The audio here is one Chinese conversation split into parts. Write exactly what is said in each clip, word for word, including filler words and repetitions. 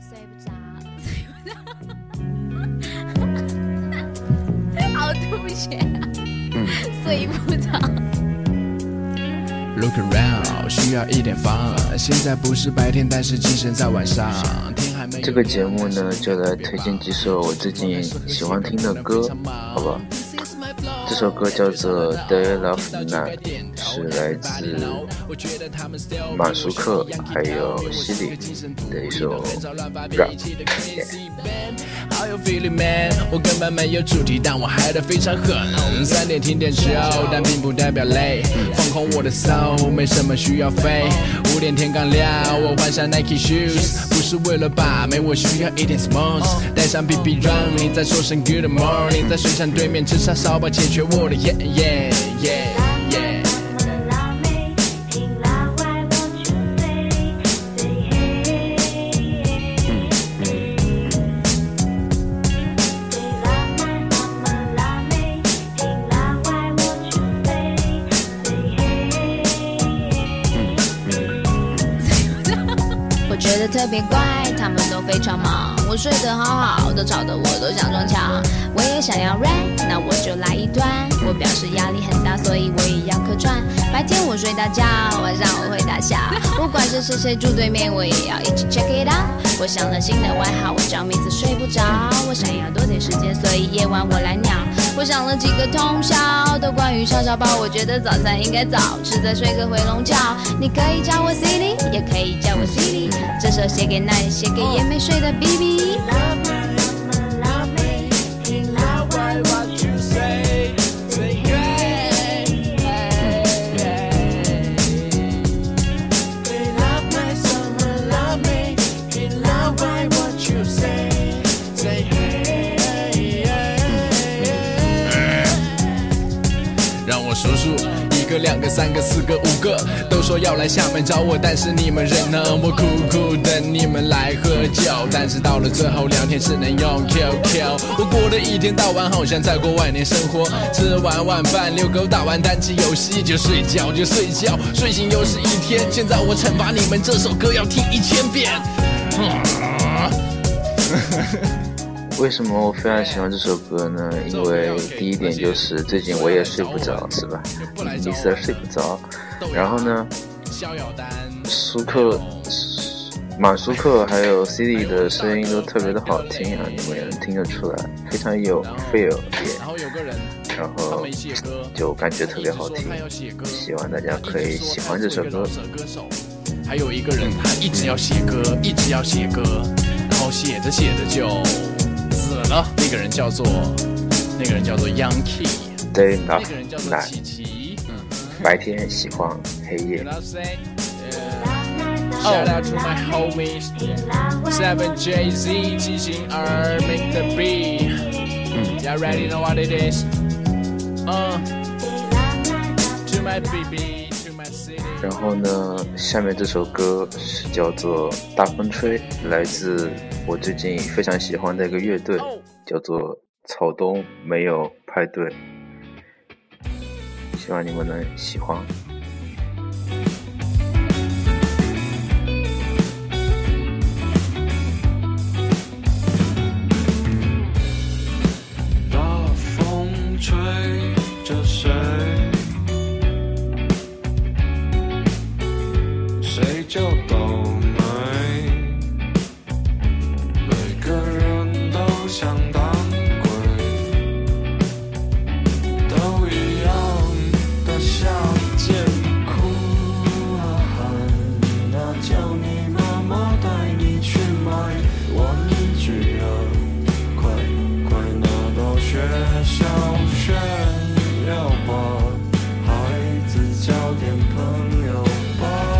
睡不着，睡不着，好吐血啊！嗯，睡不着。 Look around， 需要一点fun。现在不是白天，但是精神在晚上。天还没。 这个节目呢，就来推荐几首我最近喜欢听的歌，好吧？这首歌叫做 Day Love Night， 是来自马舒克还有西里的一首 rap。 好有 feeling man， 我根本没有主题，但我嗨得非常狠。三点停点球，但并不代表累。放空我的 soul， 没什么需要飞。五点天刚亮，我换上 Nike shoes， 不是为了把妹，我需要一点 smooth。带上 B B 让你再说声 Good morning， 在水上对面吃叉烧包，解决我的 yeah yeah yeah yeah。 觉得特别怪，他们都非常忙，我睡得好好，都吵得我都想撞墙。我也想要 rap， 那我就来一段。我表示压力很大，所以我也要客串。白天我睡大觉，晚上我会大笑。不管是谁谁住对面，我也要一起 check it out。我想了新的外号，我叫 Miss 睡不着。我想要多点时间，所以夜晚我来鸟。我想了几个通宵的关于叉烧包，我觉得早餐应该早吃，再睡个回笼觉。你可以叫我 Silly， 也可以叫我 Silly。这首写给那也写给也没睡的 B B。 让我数数，一个、两个、三个、四个、五个，都说要来厦门找我，但是你们人呢？我苦苦等你们来喝酒，但是到了最后聊天只能用 Q Q。我过的一天到晚好像在过万年生活，吃完晚饭遛狗，打完单机游戏就睡觉就睡觉，睡醒又是一天。现在我惩罚你们，这首歌要听一千遍。 为什么我非常喜欢这首歌呢？因为第一点就是最近我也睡不着，是吧？米色睡不着。然后呢，舒克、马舒克还有 C D 的声音都特别的好听啊，你们也能听得出来，非常有 feel 也。然后就感觉特别好听，希望大家可以喜欢这首歌。 还有一个人，他一直要写歌，一直要写歌，然后写着写着就死了。那个人叫做那个人叫做 Yankee， 对，那个人叫做琪琪。 白天喜欢黑夜。 Shout out to my homies Seven J Z 七星二 make the beat。You already know what it is. Uh, to my baby, to my city. 然后呢，下面这首歌是叫做《大风吹》，来自我最近非常喜欢的一个乐队，叫做草东没有派对，希望你们能喜欢。 大风吹着谁，谁就倒霉，每个人都想当鬼，都一样的夏天哭啊喊，那叫你妈妈带你去买，玩具啊，快快拿到学校炫耀吧，孩子交点朋友吧。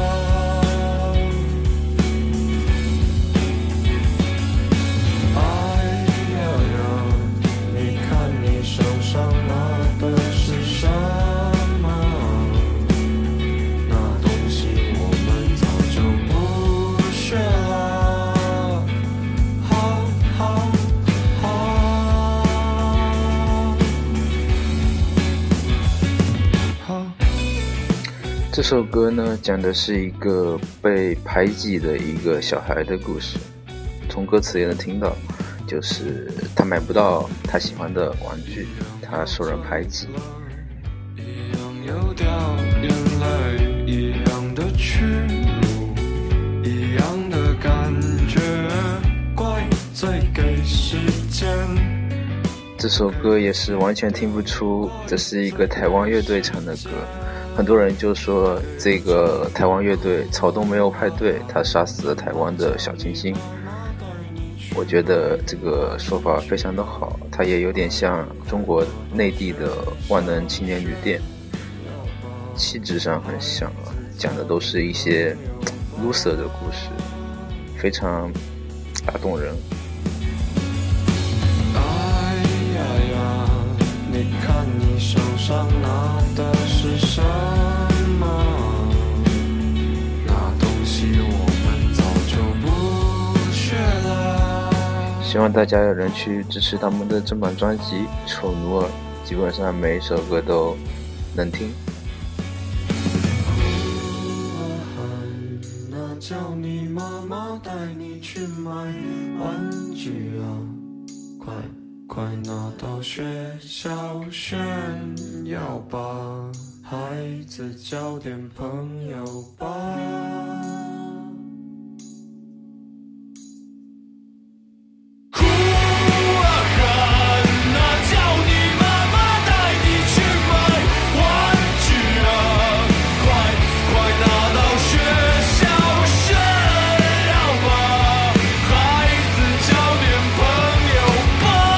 这首歌呢，讲的是一个被排挤的一个小孩的故事。 从歌词也能听到，就是他买不到他喜欢的玩具，他受人排挤。 一样有掉眼泪，一样的屈辱，一样的感觉，怪罪给时间。 这首歌也是完全听不出这是一个台湾乐队唱的歌，很多人就说这个台湾乐队草东没有派对，他杀死了台湾的小清新。我觉得这个说法非常的好，它也有点像中国内地的万能青年旅店，气质上很像啊，讲的都是一些 loser 的故事，非常打动人。 你看你手上拿的是什么？那东西我们早就不缺了。 希望大家有人去支持他们的正版专辑《丑奴儿》，基本上每一首歌都能听。 那叫你妈妈带你去买玩具啊，快快拿到学校炫耀吧，孩子交点朋友吧。哭啊喊啊，叫你妈妈带你去买玩具啊，快快拿到学校炫耀吧，孩子交点朋友吧。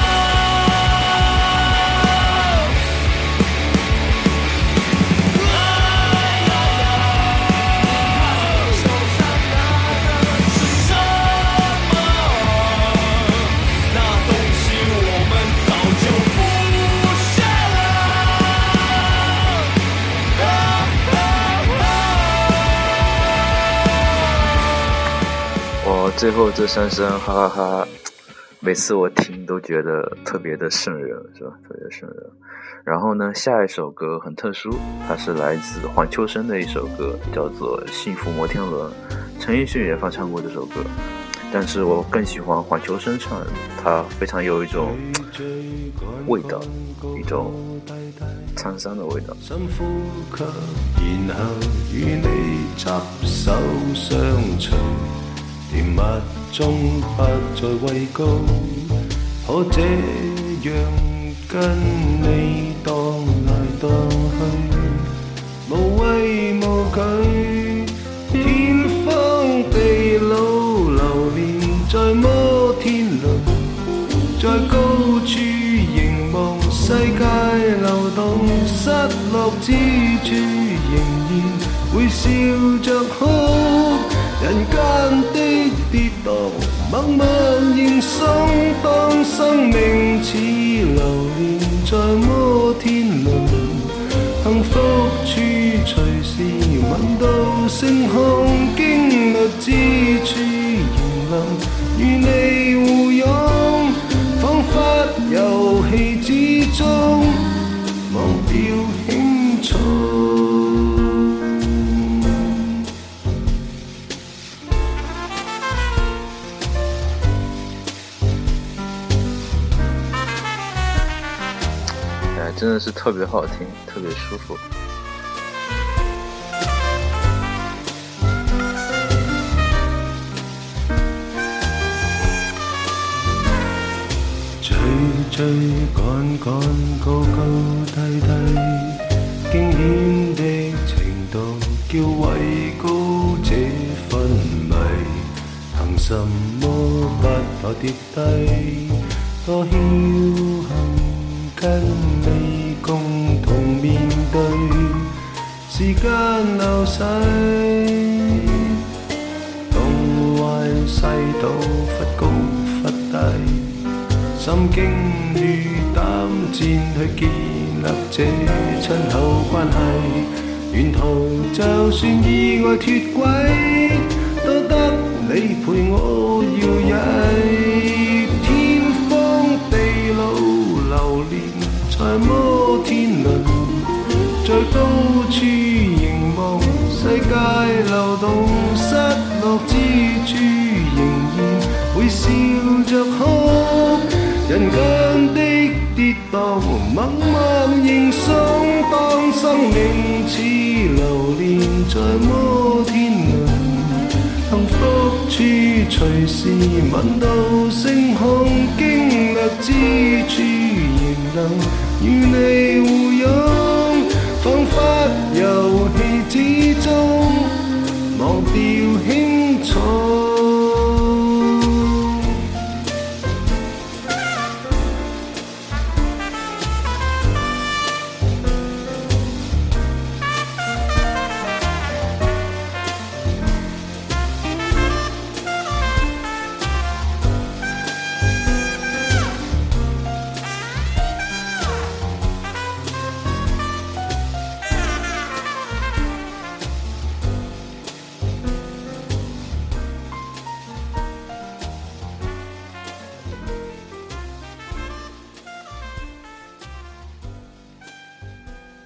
最后这三声哈哈哈，每次我听都觉得特别的瘆人，是吧？特别瘆人。然后呢，下一首歌很特殊，它是来自黄秋生的一首歌，叫做《幸福摩天轮》。陈奕迅也翻唱过这首歌，但是我更喜欢黄秋生唱的，他非常有一种味道，一种沧桑的味道。 深呼吸，然後與你執手相隨，甜蜜中不再畏高，可這樣跟你蕩來蕩去，無畏無懼，天荒地老流連在摩天輪，在高處凝望世界流動，失落之處仍然會笑着哭，人間的跌宕默默認生，當生命似流連在摩天輪，幸福處隨時聞到星空，經歷之處仍能與你互擁，彷彿遊戲之中忘掉輕重。 真的是特别好听，特别舒服。 追追趕趕高高低低，驚險的程度叫畏高這昏迷，憑什麼不怕跌低，多僥倖跟你共同面對，時間流逝，東歪西倒，忽高忽低，心驚與膽戰去建立這親厚關係，沿途就算意外脫軌，都得你陪我搖曳，天荒地老流連在摩天輪，在高處凝望世界流動，失落之處仍然會笑笑着哭，人間的跌宕默默凝想，當生命似流連在摩天輪，幸福處隨時聞到星空，經歷之處仍能與你互擁，彷彿遊戲之中忘掉輕重。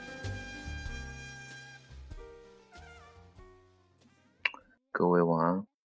各位晚安。